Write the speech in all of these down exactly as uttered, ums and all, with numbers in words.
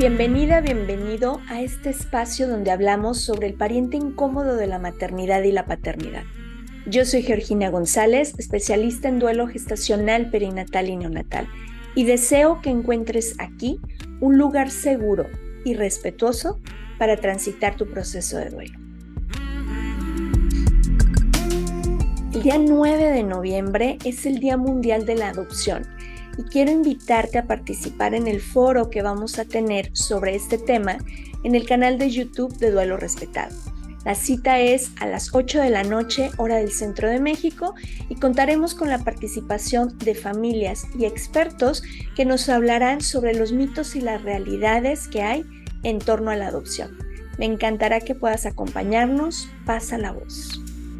Bienvenida, bienvenido a este espacio donde hablamos sobre el pariente incómodo de la maternidad y la paternidad. Yo soy Georgina González, especialista en duelo gestacional, perinatal y neonatal, y deseo que encuentres aquí un lugar seguro y respetuoso para transitar tu proceso de duelo. El día nueve de noviembre es el Día Mundial de la Adopción y quiero invitarte a participar en el foro que vamos a tener sobre este tema en el canal de YouTube de Duelo Respetado. La cita es a las ocho de la noche, hora del Centro de México, y contaremos con la participación de familias y expertos que nos hablarán sobre los mitos y las realidades que hay en torno a la adopción. Me encantará que puedas acompañarnos. Pasa la voz.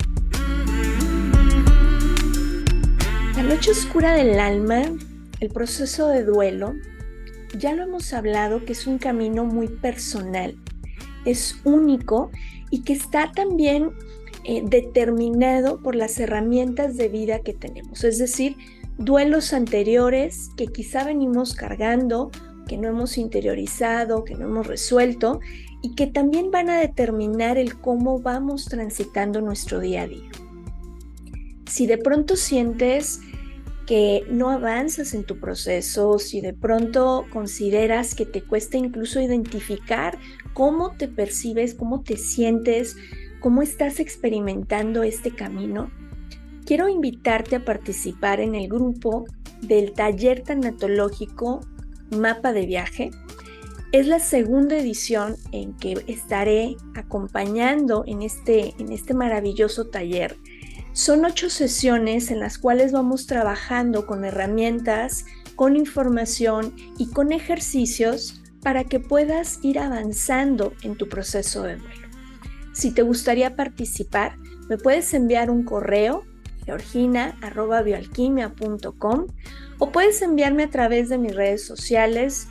La noche oscura del alma, el proceso de duelo, ya lo hemos hablado que es un camino muy personal, es único y que está también eh, determinado por las herramientas de vida que tenemos, es decir, duelos anteriores que quizá venimos cargando, que no hemos interiorizado, que no hemos resuelto y que también van a determinar el cómo vamos transitando nuestro día a día. Si de pronto sientes que no avanzas en tu proceso, si de pronto consideras que te cuesta incluso identificar cómo te percibes, cómo te sientes, cómo estás experimentando este camino, quiero invitarte a participar en el grupo del taller tanatológico Mapa de Viaje. Es la segunda edición en que estaré acompañando en este, en este maravilloso taller. Son ocho sesiones en las cuales vamos trabajando con herramientas, con información y con ejercicios para que puedas ir avanzando en tu proceso de duelo. Si te gustaría participar, me puedes enviar un correo georgina arroba bioalquimia punto com o puedes enviarme a través de mis redes sociales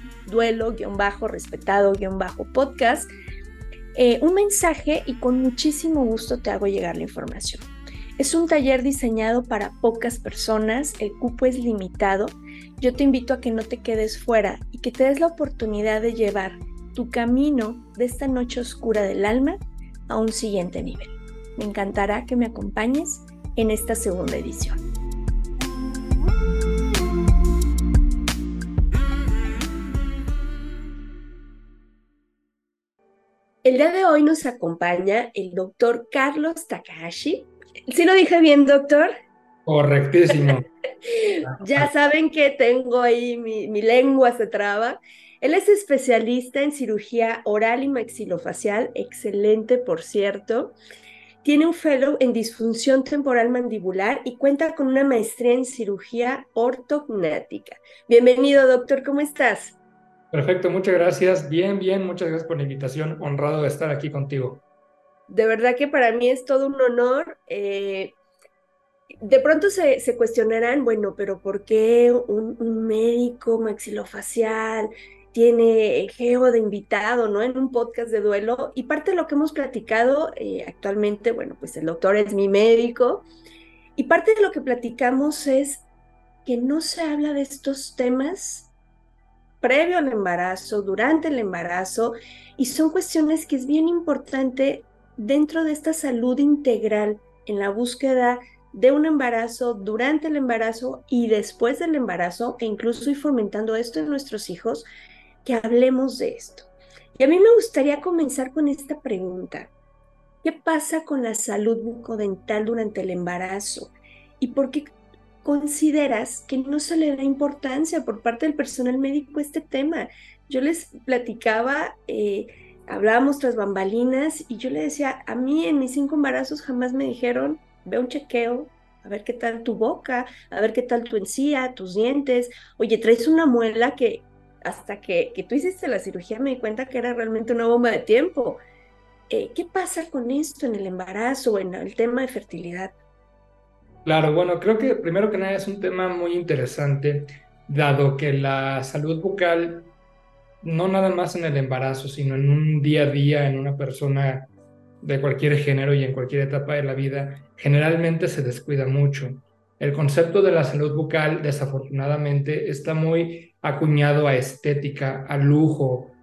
duelo-respetado-podcast eh, un mensaje y con muchísimo gusto te hago llegar la información. Es un taller diseñado para pocas personas, el cupo es limitado. Yo te invito a que no te quedes fuera y que te des la oportunidad de llevar tu camino de esta noche oscura del alma a un siguiente nivel. Me encantará que me acompañes en esta segunda edición. El día de hoy nos acompaña el doctor Carlos Takahashi. ¿Sí lo dije bien, doctor? Correctísimo. Ya saben que tengo ahí, mi, mi lengua se traba. Él es especialista en cirugía oral y maxilofacial, excelente por cierto. Tiene un fellow en disfunción temporal mandibular y cuenta con una maestría en cirugía ortognática. Bienvenido, doctor, ¿cómo estás? Perfecto, muchas gracias. Bien, bien, muchas gracias por la invitación. Honrado de estar aquí contigo. De verdad que para mí es todo un honor. Eh, De pronto se, se cuestionarán, bueno, pero ¿por qué un, un médico maxilofacial tiene geo de invitado, ¿no? En un podcast de duelo. Y parte de lo que hemos platicado eh, actualmente, bueno, pues el doctor es mi médico. Y parte de lo que platicamos es que no se habla de estos temas previo al embarazo, durante el embarazo, y son cuestiones que es bien importante dentro de esta salud integral en la búsqueda de un embarazo, durante el embarazo y después del embarazo, e incluso ir fomentando esto en nuestros hijos, que hablemos de esto. Y a mí me gustaría comenzar con esta pregunta. ¿Qué pasa con la salud bucodental durante el embarazo? ¿Y por qué consideras que no se le da importancia por parte del personal médico a este tema? Yo les platicaba, eh, hablábamos tras bambalinas y yo le decía, a mí en mis cinco embarazos jamás me dijeron, ve un chequeo, a ver qué tal tu boca, a ver qué tal tu encía, tus dientes. Oye, traes una muela que hasta que, que tú hiciste la cirugía me di cuenta que era realmente una bomba de tiempo. Eh, ¿qué pasa con esto en el embarazo o en el tema de fertilidad? Claro, bueno, creo que primero que nada es un tema muy interesante, dado que la salud bucal, no nada más en el embarazo, sino en un día a día, en una persona de cualquier género y en cualquier etapa de la vida, generalmente se descuida mucho. El concepto de la salud bucal, desafortunadamente, está muy acuñado a estética, a lujo,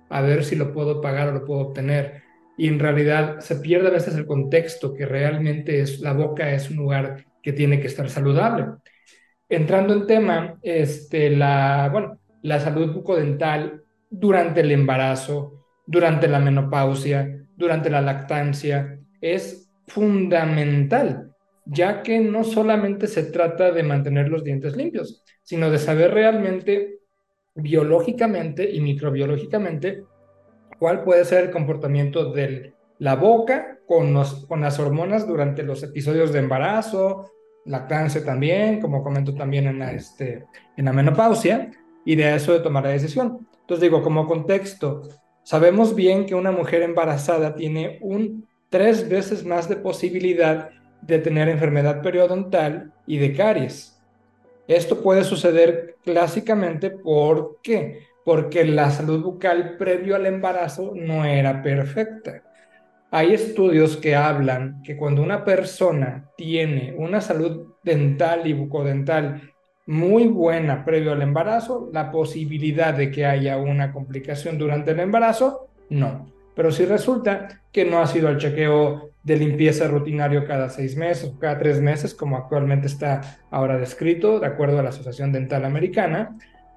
a ver si lo puedo pagar o lo puedo obtener. Y en realidad se pierde a veces el contexto, que realmente es, la boca es un lugar que tiene que estar saludable. Entrando en tema, este, la, bueno, la salud bucodental durante el embarazo, durante la menopausia, durante la lactancia, es fundamental, ya que no solamente se trata de mantener los dientes limpios, sino de saber realmente biológicamente y microbiológicamente cuál puede ser el comportamiento de la boca con, los, con las hormonas durante los episodios de embarazo, lactancia también, como comento también en la, este, en la menopausia, y de eso de tomar la decisión. Entonces digo, como contexto, sabemos bien que una mujer embarazada tiene un tres veces más de posibilidad de tener enfermedad periodontal y de caries. Esto puede suceder clásicamente, ¿por qué? Porque la salud bucal previo al embarazo no era perfecta. Hay estudios que hablan que cuando una persona tiene una salud dental y bucodental muy buena previo al embarazo, la posibilidad de que haya una complicación durante el embarazo, no. Pero si resulta que no ha sido el chequeo de limpieza rutinario cada seis meses o cada tres meses, como actualmente está ahora descrito, de acuerdo a la Asociación Dental Americana,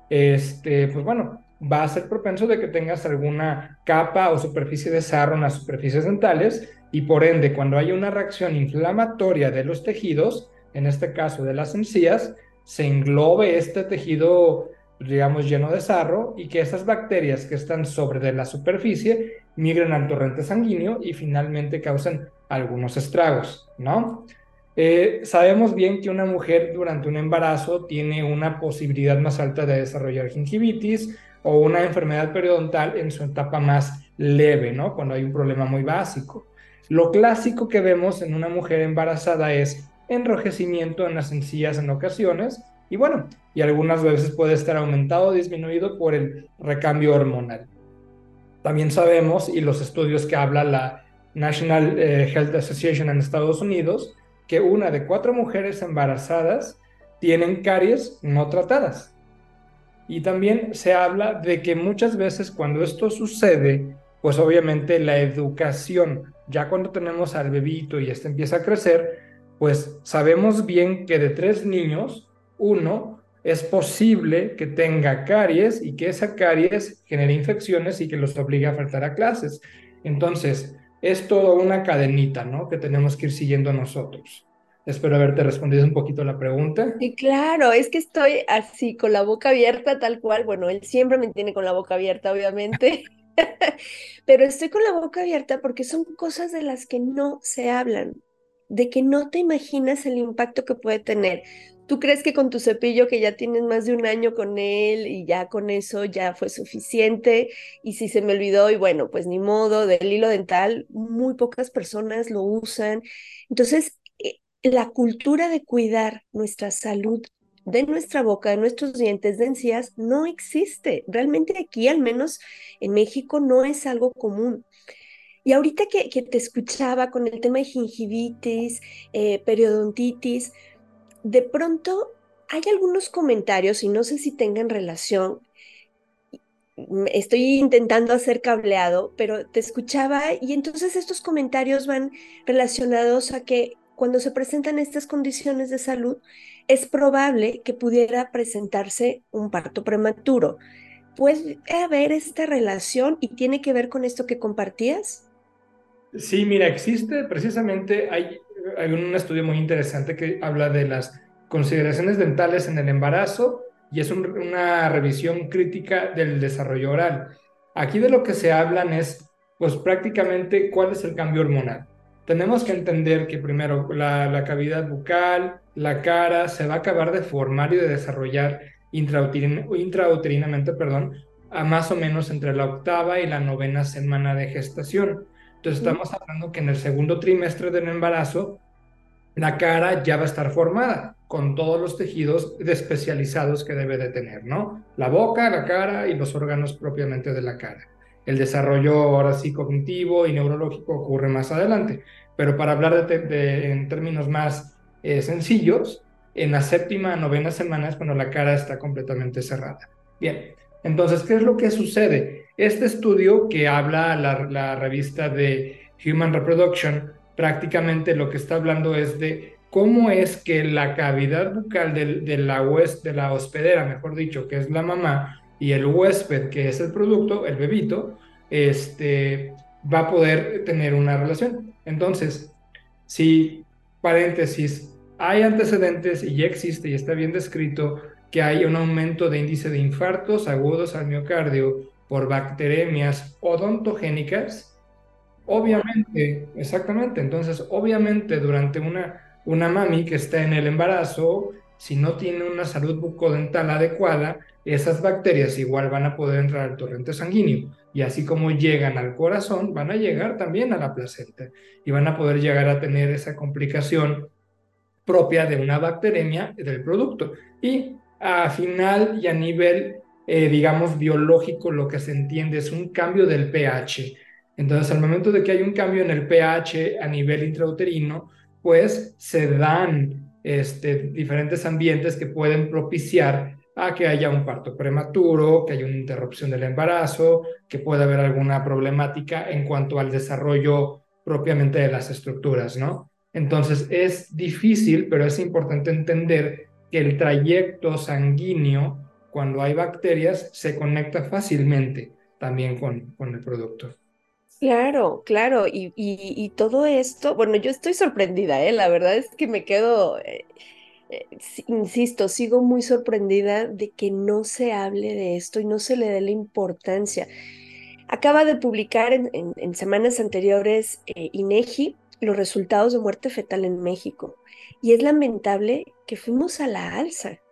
este, pues bueno, va a ser propenso de que tengas alguna capa o superficie de sarro en las superficies dentales y por ende, cuando hay una reacción inflamatoria de los tejidos, en este caso de las encías, se englobe este tejido, digamos, lleno de sarro y que esas bacterias que están sobre de la superficie migren al torrente sanguíneo y finalmente causen algunos estragos, ¿no? Eh, sabemos bien que una mujer durante un embarazo tiene una posibilidad más alta de desarrollar gingivitis o una enfermedad periodontal en su etapa más leve, ¿no? Cuando hay un problema muy básico. Lo clásico que vemos en una mujer embarazada es enrojecimiento en las encías en ocasiones y bueno, y algunas veces puede estar aumentado o disminuido por el recambio hormonal. También sabemos, y los estudios que habla la National Health Association en Estados Unidos, que una de cuatro mujeres embarazadas tienen caries no tratadas. Y también se habla de que muchas veces cuando esto sucede, pues obviamente la educación, ya cuando tenemos al bebito y este empieza a crecer, pues sabemos bien que de tres niños, uno es posible que tenga caries y que esa caries genere infecciones y que los obligue a faltar a clases. Entonces, es toda una cadenita, ¿no? Que tenemos que ir siguiendo nosotros. Espero haberte respondido un poquito la pregunta. Y claro, es que estoy así con la boca abierta, tal cual. Bueno, él siempre me tiene con la boca abierta, obviamente, pero estoy con la boca abierta porque son cosas de las que no se hablan, de que no te imaginas el impacto que puede tener. ¿Tú crees que con tu cepillo, que ya tienes más de un año con él y ya con eso ya fue suficiente? Y si se me olvidó, y bueno, pues ni modo, del hilo dental, muy pocas personas lo usan. Entonces, eh, la cultura de cuidar nuestra salud de nuestra boca, de nuestros dientes, de encías, no existe. Realmente aquí, al menos en México, no es algo común. Y ahorita que, que te escuchaba con el tema de gingivitis, eh, periodontitis, de pronto hay algunos comentarios, y no sé si tengan relación, estoy intentando hacer cableado, pero te escuchaba y entonces estos comentarios van relacionados a que cuando se presentan estas condiciones de salud, es probable que pudiera presentarse un parto prematuro. ¿Puede haber esta relación y tiene que ver con esto que compartías? Sí, mira, existe precisamente, hay, hay un estudio muy interesante que habla de las consideraciones dentales en el embarazo y es un- una revisión crítica del desarrollo oral. Aquí de lo que se hablan es, pues prácticamente, cuál es el cambio hormonal. Tenemos que entender que primero la, la cavidad bucal, la cara, se va a acabar de formar y de desarrollar intrauterin- intrauterinamente, perdón, a más o menos entre la octava y la novena semana de gestación. Entonces ¿Mm? estamos hablando que en el segundo trimestre del embarazo la cara ya va a estar formada con todos los tejidos especializados que debe de tener, ¿no? La boca, la cara y los órganos propiamente de la cara. El desarrollo ahora sí cognitivo y neurológico ocurre más adelante, pero para hablar de, de, en términos más eh, sencillos, en la séptima, novena semana es cuando la cara está completamente cerrada. Bien, entonces, ¿qué es lo que sucede? este estudio que habla la, la revista de Human Reproduction, prácticamente lo que está hablando es de cómo es que la cavidad bucal de, de, la, hues, de la hospedera, mejor dicho, que es la mamá, y el huésped, que es el producto, el bebito, este, va a poder tener una relación. Entonces, si, paréntesis, hay antecedentes y ya existe y está bien descrito que hay un aumento de índice de infartos agudos al miocardio por bacteremias odontogénicas. Obviamente, exactamente. Entonces, obviamente, durante una, una mami que está en el embarazo, si no tiene una salud bucodental adecuada, esas bacterias igual van a poder entrar al torrente sanguíneo. Y así como llegan al corazón, van a llegar también a la placenta y van a poder llegar a tener esa complicación propia de una bacteremia del producto. Y a final y a nivel, eh, digamos, biológico, lo que se entiende es un cambio del pH. Entonces, al momento de que hay un cambio en el pH a nivel intrauterino, pues se dan este, diferentes ambientes que pueden propiciar a que haya un parto prematuro, que haya una interrupción del embarazo, que pueda haber alguna problemática en cuanto al desarrollo propiamente de las estructuras, ¿no? Entonces es difícil, pero es importante entender que el trayecto sanguíneo, cuando hay bacterias, se conecta fácilmente también con, con el producto. Claro, claro, y, y, y todo esto, bueno, yo estoy sorprendida, ¿eh? La verdad es que me quedo, eh, eh, si- insisto, sigo muy sorprendida de que no se hable de esto y no se le dé la importancia. Acaba de publicar en, en- en semanas anteriores eh, INEGI los resultados de muerte fetal en México y es lamentable que fuimos a la alza.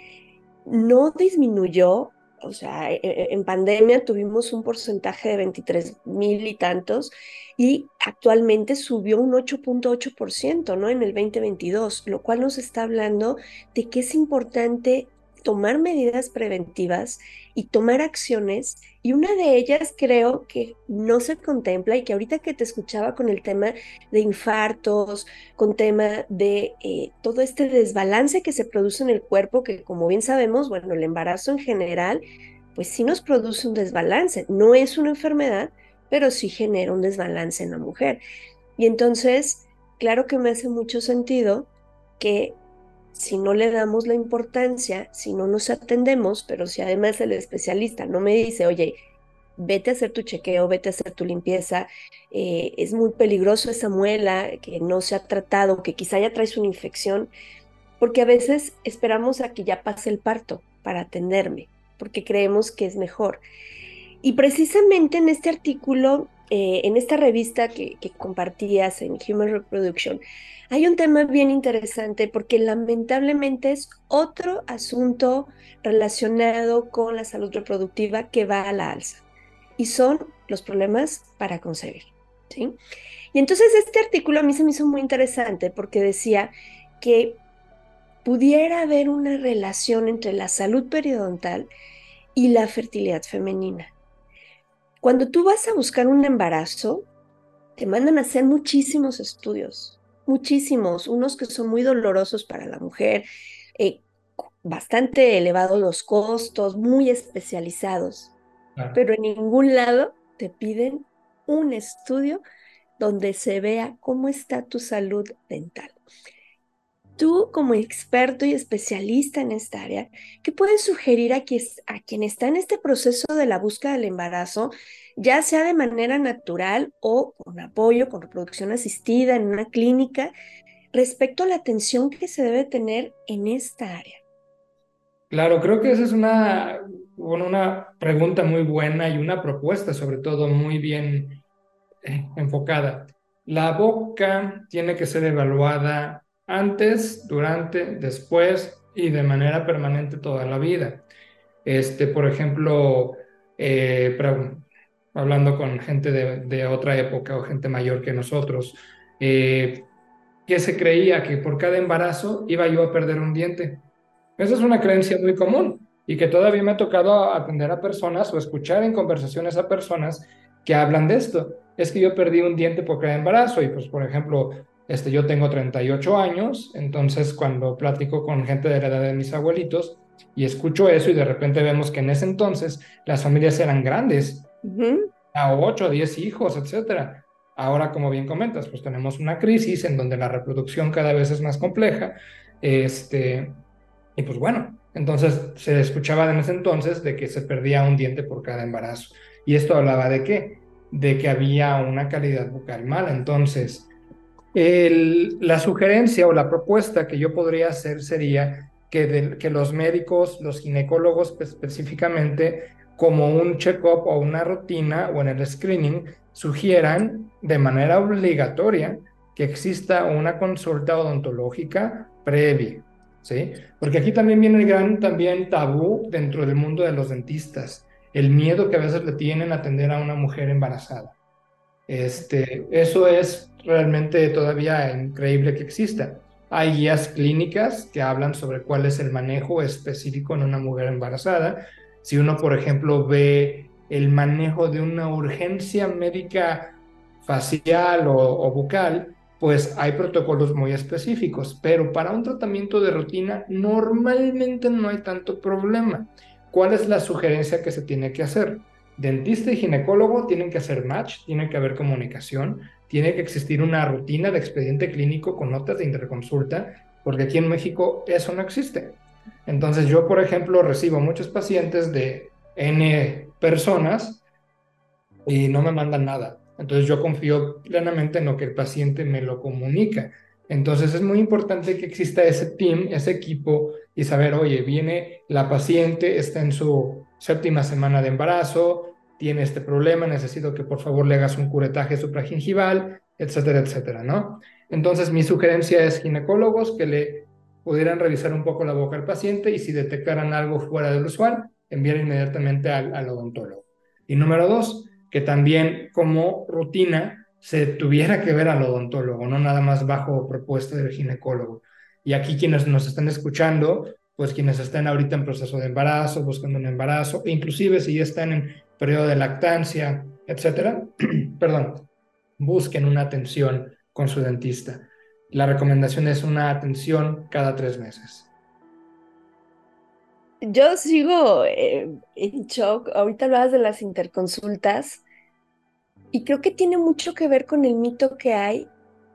No disminuyó, o sea, e- e- en pandemia tuvimos un porcentaje de veintitrés mil y tantos y actualmente subió un ocho punto ocho por ciento, ¿no? En el dos mil veintidós, lo cual nos está hablando de que es importante tomar medidas preventivas y tomar acciones, y una de ellas creo que no se contempla y que ahorita que te escuchaba con el tema de infartos, con tema de eh, todo este desbalance que se produce en el cuerpo, que como bien sabemos, bueno, el embarazo en general, pues sí nos produce un desbalance. No es una enfermedad, pero sí genera un desbalance en la mujer. Y entonces, claro que me hace mucho sentido que si no le damos la importancia, si no nos atendemos, pero si además el especialista no me dice, oye, vete a hacer tu chequeo, vete a hacer tu limpieza, eh, es muy peligroso esa muela que no se ha tratado, que quizá ya traes una infección, porque a veces esperamos a que ya pase el parto para atenderme, porque creemos que es mejor. Y precisamente en este artículo, eh, en esta revista que, que compartías en Human Reproduction, hay un tema bien interesante porque lamentablemente es otro asunto relacionado con la salud reproductiva que va a la alza y son los problemas para concebir, ¿sí? Y entonces este artículo a mí se me hizo muy interesante porque decía que pudiera haber una relación entre la salud periodontal y la fertilidad femenina. Cuando tú vas a buscar un embarazo, te mandan a hacer muchísimos estudios, muchísimos, unos que son muy dolorosos para la mujer, eh, bastante elevados los costos, muy especializados, Claro. pero en ningún lado te piden un estudio donde se vea cómo está tu salud dental. Tú, como experto y especialista en esta área, ¿qué puedes sugerir a, quien, a quien está en este proceso de la búsqueda del embarazo, ya sea de manera natural o con apoyo, con reproducción asistida en una clínica, respecto a la atención que se debe tener en esta área? Claro, creo que esa es una, bueno, una pregunta muy buena y una propuesta sobre todo muy bien eh, enfocada. La boca tiene que ser evaluada antes, durante, después y de manera permanente toda la vida. Este, por ejemplo, eh, pre- hablando con gente de, de otra época o gente mayor que nosotros, eh, que se creía que por cada embarazo iba yo a perder un diente. Esa es una creencia muy común y que todavía me ha tocado atender a personas o escuchar en conversaciones a personas que hablan de esto. Es que yo perdí un diente por cada embarazo y pues, por ejemplo, este, yo tengo treinta y ocho años, entonces cuando platico con gente de la edad de mis abuelitos y escucho eso y de repente vemos que en ese entonces las familias eran grandes Ujú. a ocho, diez hijos, etcétera. Ahora, como bien comentas, pues tenemos una crisis en donde la reproducción cada vez es más compleja, este, y pues bueno, entonces se escuchaba en ese entonces de que se perdía un diente por cada embarazo. ¿Y esto hablaba de qué? De que había una calidad bucal mala. Entonces, el- la sugerencia o la propuesta que yo podría hacer sería que, de- que los médicos, los ginecólogos pues, específicamente, como un check-up o una rutina o en el screening, sugieran de manera obligatoria que exista una consulta odontológica previa, ¿sí? Porque aquí también viene el gran también tabú dentro del mundo de los dentistas, el miedo que a veces le tienen a atender a una mujer embarazada. Este, eso es realmente todavía increíble que exista. Hay guías clínicas que hablan sobre cuál es el manejo específico en una mujer embarazada. Si uno, por ejemplo, ve el manejo de una urgencia médica facial o, o bucal, pues hay protocolos muy específicos, pero para un tratamiento de rutina normalmente no hay tanto problema. ¿Cuál es la sugerencia que se tiene que hacer? Dentista y ginecólogo tienen que hacer match, tiene que haber comunicación, tiene que existir una rutina de expediente clínico con notas de interconsulta, porque aquí en México eso no existe. Entonces yo, por ejemplo, recibo muchos pacientes de N personas y no me mandan nada. Entonces yo confío plenamente en lo que el paciente me lo comunica. Entonces es muy importante que exista ese team, ese equipo y saber, oye, viene la paciente, está en su séptima semana de embarazo, tiene este problema, necesito que por favor le hagas un curetaje supragingival, etcétera, etcétera, ¿no? Entonces mi sugerencia es ginecólogos que le pudieran revisar un poco la boca al paciente y si detectaran algo fuera del usual, enviar inmediatamente al, al odontólogo. Y número dos, que también como rutina se tuviera que ver al odontólogo, no nada más bajo propuesta del ginecólogo. Y aquí quienes nos están escuchando, pues quienes están ahorita en proceso de embarazo, buscando un embarazo, e inclusive si ya están en periodo de lactancia, etcétera, perdón, busquen una atención con su dentista. La recomendación es una atención cada tres meses. Yo sigo eh, en shock. Ahorita hablabas de las interconsultas y creo que tiene mucho que ver con el mito que hay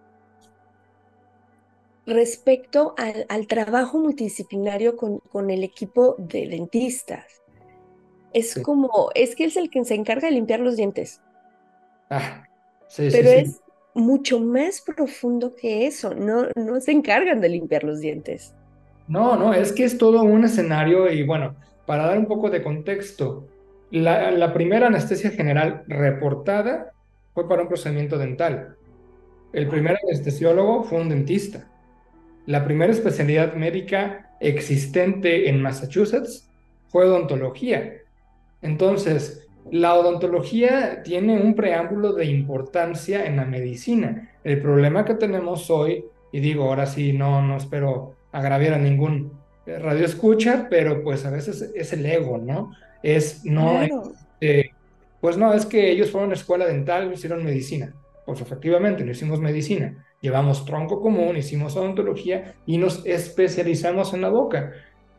respecto al, al trabajo multidisciplinario con, con el equipo de dentistas. Es Sí. como, es que es el que se encarga de limpiar los dientes, Ah, sí, sí, pero sí. es mucho más profundo que eso. No, no se encargan de limpiar los dientes. No, no, es que es todo un escenario y bueno, para dar un poco de contexto, la, la primera anestesia general reportada fue para un procedimiento dental. El primer anestesiólogo fue un dentista. La primera especialidad médica existente en Massachusetts fue odontología. Entonces, la odontología tiene un preámbulo de importancia en la medicina. El problema que tenemos hoy, y digo, ahora sí, no, no espero agraviar a ningún eh, radioescucha, pero pues a veces es el ego, ¿no? Es, no, es, Claro. eh, pues no, es que ellos fueron a escuela dental, hicieron medicina. Pues efectivamente, no hicimos medicina. Llevamos tronco común, hicimos odontología y nos especializamos en la boca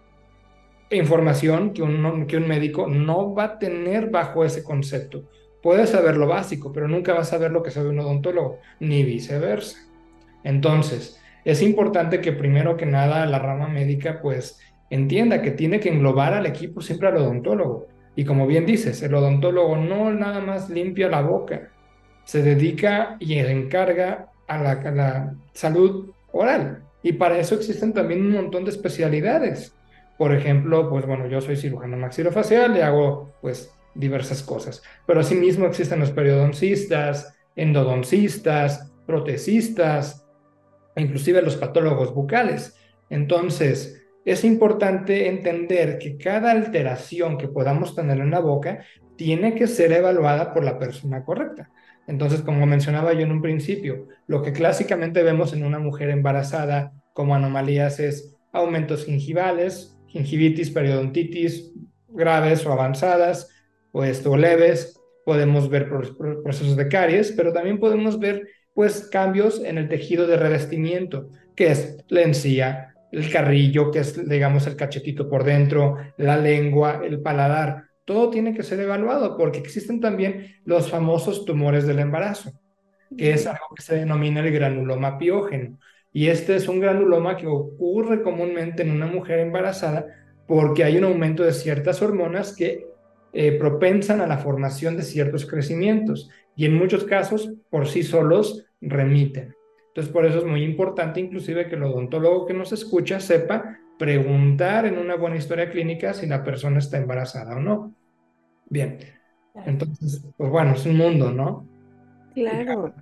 información que un, que un médico no va a tener bajo ese concepto. Puedes saber lo básico, pero nunca vas a saber lo que sabe un odontólogo, ni viceversa. Entonces, es importante que primero que nada la rama médica pues entienda que tiene que englobar al equipo siempre al odontólogo. Y como bien dices, el odontólogo no nada más limpia la boca, se dedica y encarga a la, a la salud oral. Y para eso existen también un montón de especialidades. Por ejemplo, pues bueno, yo soy cirujano maxilofacial y hago pues diversas cosas. Pero asimismo existen los periodoncistas, endodoncistas, protecistas, e inclusive los patólogos bucales. Entonces, es importante entender que cada alteración que podamos tener en la boca tiene que ser evaluada por la persona correcta. Entonces, como mencionaba yo en un principio, lo que clásicamente vemos en una mujer embarazada como anomalías es aumentos gingivales, gingivitis, periodontitis graves o avanzadas, o esto, leves. Podemos ver procesos de caries, pero también podemos ver pues cambios en el tejido de revestimiento, que es la encía, el carrillo, que es, digamos, el cachetito por dentro, la lengua, el paladar. todo tiene que ser evaluado porque existen también los famosos tumores del embarazo, que es algo que se denomina el granuloma piógeno. Y este es un granuloma que ocurre comúnmente en una mujer embarazada porque hay un aumento de ciertas hormonas que eh, propensan a la formación de ciertos crecimientos y en muchos casos por sí solos remiten. Entonces por eso es muy importante inclusive que el odontólogo que nos escucha sepa preguntar en una buena historia clínica si la persona está embarazada o no. Bien, entonces, pues bueno, es un mundo, ¿no? Claro.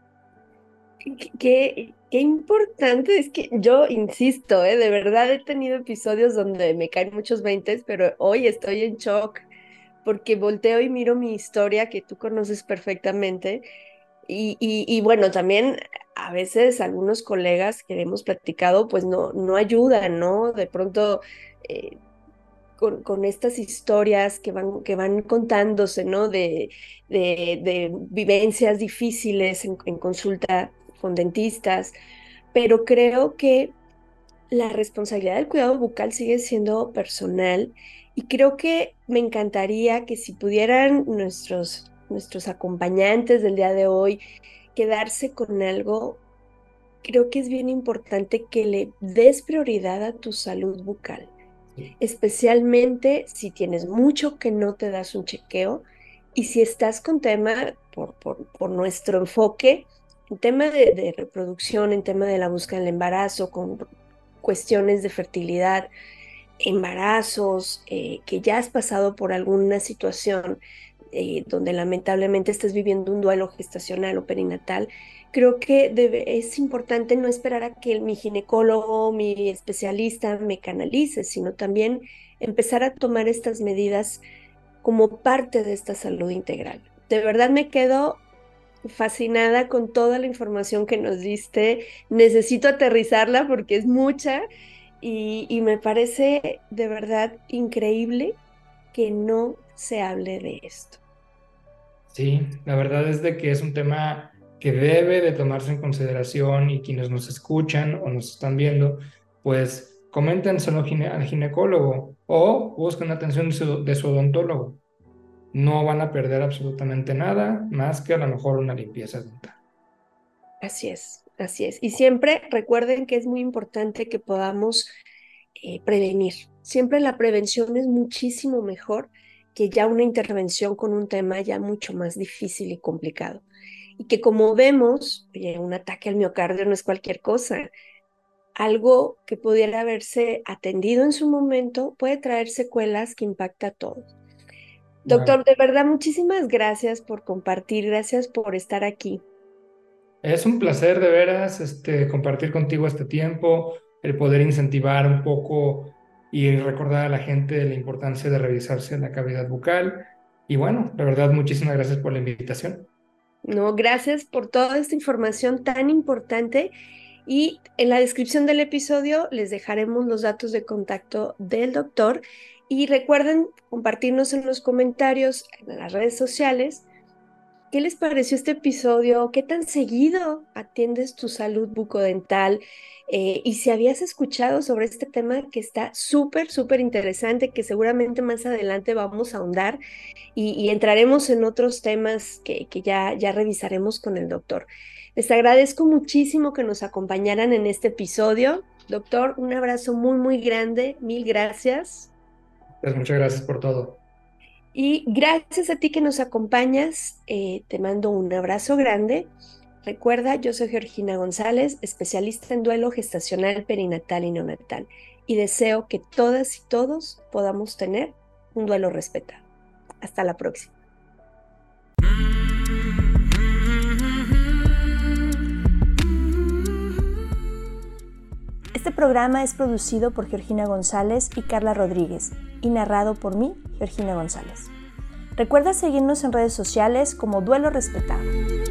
Qué, qué importante, es que yo insisto, ¿eh? De verdad he tenido episodios donde me caen muchos veintes, pero hoy estoy en shock porque volteo y miro mi historia que tú conoces perfectamente y, y, y bueno, también a veces algunos colegas que hemos platicado pues no, no ayudan, ¿no? De pronto... Eh, con, con, estas historias que van, que van contándose, ¿no? De, de, de vivencias difíciles en, en consulta con dentistas, pero creo que la responsabilidad del cuidado bucal sigue siendo personal y creo que me encantaría que si pudieran nuestros, nuestros acompañantes del día de hoy quedarse con algo, creo que es bien importante que le des prioridad a tu salud bucal, especialmente si tienes mucho que no te das un chequeo y si estás con tema, por, por, por nuestro enfoque, en tema de, de reproducción, en tema de la búsqueda del embarazo, con cuestiones de fertilidad, embarazos, eh, que ya has pasado por alguna situación eh, donde lamentablemente estés viviendo un duelo gestacional o perinatal, creo que debe, es importante no esperar a que mi ginecólogo, mi especialista me canalice, sino también empezar a tomar estas medidas como parte de esta salud integral. De verdad me quedo fascinada con toda la información que nos diste. Necesito aterrizarla porque es mucha y, y me parece de verdad increíble que no se hable de esto. Sí, la verdad es de que es un tema que debe de tomarse en consideración y quienes nos escuchan o nos están viendo, pues coméntenselo al gine- al ginecólogo o busquen atención de su, de su odontólogo. No van a perder absolutamente nada más que a lo mejor una limpieza dental. Así es, así es. Y siempre recuerden que es muy importante que podamos eh, prevenir. Siempre la prevención es muchísimo mejor que ya una intervención con un tema ya mucho más difícil y complicado. Y que como vemos, oye, un ataque al miocardio no es cualquier cosa. Algo que pudiera haberse atendido en su momento puede traer secuelas que impacta a todos. Bueno, Doctor, de verdad, muchísimas gracias por compartir, gracias por estar aquí. es un placer de veras este, compartir contigo este tiempo, el poder incentivar un poco y recordar a la gente de la importancia de revisarse la cavidad bucal. Y bueno, la verdad, muchísimas gracias por la invitación. No, gracias por toda esta información tan importante y en la descripción del episodio les dejaremos los datos de contacto del doctor y recuerden compartirnos en los comentarios en las redes sociales qué les pareció este episodio, qué tan seguido atiendes tu salud bucodental eh, y si habías escuchado sobre este tema que está súper, súper interesante, que seguramente más adelante vamos a ahondar y, y entraremos en otros temas que, que ya, ya revisaremos con el doctor. Les agradezco muchísimo que nos acompañaran en este episodio. Doctor, un abrazo muy, muy grande. Mil gracias. Pues muchas gracias por todo. Y gracias a ti que nos acompañas. Eh, te mando un abrazo grande. Recuerda, yo soy Georgina González, especialista en duelo gestacional, perinatal y neonatal. Y deseo que todas y todos podamos tener un duelo respetado. Hasta la próxima. Este programa es producido por Georgina González y Carla Rodríguez y narrado por mí, Georgina González. Recuerda seguirnos en redes sociales como Duelo Respetado.